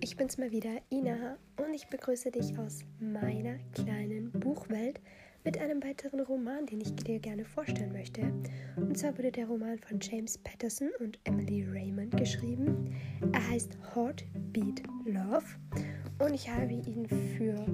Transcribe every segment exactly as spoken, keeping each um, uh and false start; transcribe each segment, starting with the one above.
ich bin's mal wieder, Ina, und ich begrüße dich aus meiner kleinen Buchwelt mit einem weiteren Roman, den ich dir gerne vorstellen möchte. Und zwar wurde der Roman von James Patterson und Emily Raymond geschrieben. Er heißt Heartbeat Love und ich habe ihn für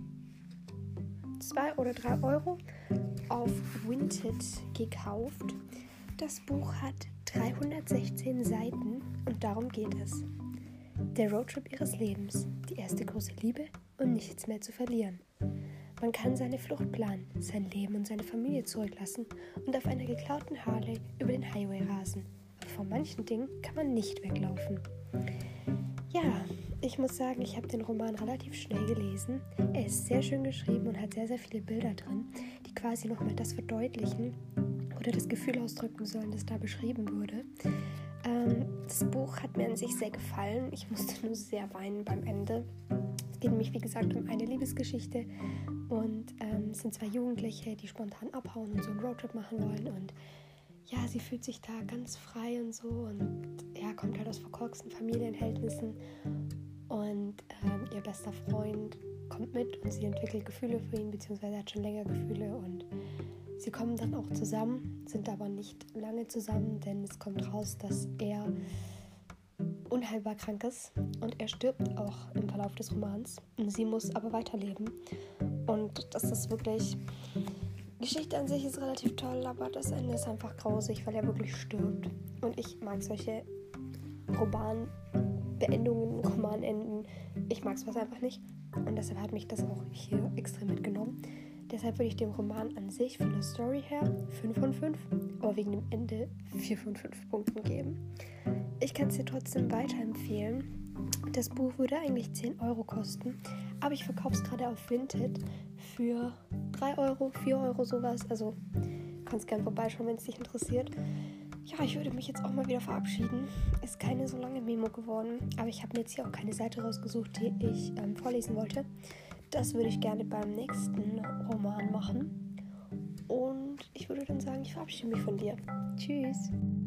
zwei oder drei Euro auf Vinted gekauft. Das Buch hat dreihundertsechzehn Seiten und darum geht es. Der Roadtrip ihres Lebens, die erste große Liebe und nichts mehr zu verlieren. Man kann seine Flucht planen, sein Leben und seine Familie zurücklassen und auf einer geklauten Harley über den Highway rasen. Aber von manchen Dingen kann man nicht weglaufen. Ja, ich muss sagen, ich habe den Roman relativ schnell gelesen. Er ist sehr schön geschrieben und hat sehr, sehr viele Bilder drin, die quasi nochmal das verdeutlichen oder das Gefühl ausdrücken sollen, das da beschrieben wurde. Ähm, das Buch hat mir an sich sehr gefallen. Ich musste nur sehr weinen beim Ende. Es geht nämlich, wie gesagt, um eine Liebesgeschichte und ähm, es sind zwei Jugendliche, die spontan abhauen und so einen Roadtrip machen wollen und ja, sie fühlt sich da ganz frei und so und ja, kommt halt aus verkorksten Familienverhältnissen und ähm, ihr bester Freund kommt mit und sie entwickelt Gefühle für ihn, beziehungsweise hat schon länger Gefühle und sie kommen dann auch zusammen, sind aber nicht lange zusammen, denn es kommt raus, dass er unheilbar krank ist und er stirbt auch im Verlauf des Romans. Und sie muss aber weiterleben. Und das ist wirklich... Die Geschichte an sich ist relativ toll, aber das Ende ist einfach grausig, weil er wirklich stirbt. Und ich mag solche Romanbeendungen, Romanenden. Ich mag sowas einfach nicht. Und deshalb hat mich das auch hier extrem mitgenommen. Deshalb würde ich dem Roman an sich von der Story her fünf von fünf, aber wegen dem Ende vier von fünf Punkten geben. Ich kann es dir trotzdem weiterempfehlen. Das Buch würde eigentlich zehn Euro kosten, aber ich verkaufe es gerade auf Vinted für drei Euro, vier Euro sowas. Also kannst gerne vorbeischauen, wenn es dich interessiert. Ja, ich würde mich jetzt auch mal wieder verabschieden. Ist keine so lange Memo geworden, aber ich habe mir jetzt hier auch keine Seite rausgesucht, die ich ähm, vorlesen wollte. Das würde ich gerne beim nächsten Roman machen. Und ich würde dann sagen, ich verabschiede mich von dir. Tschüss.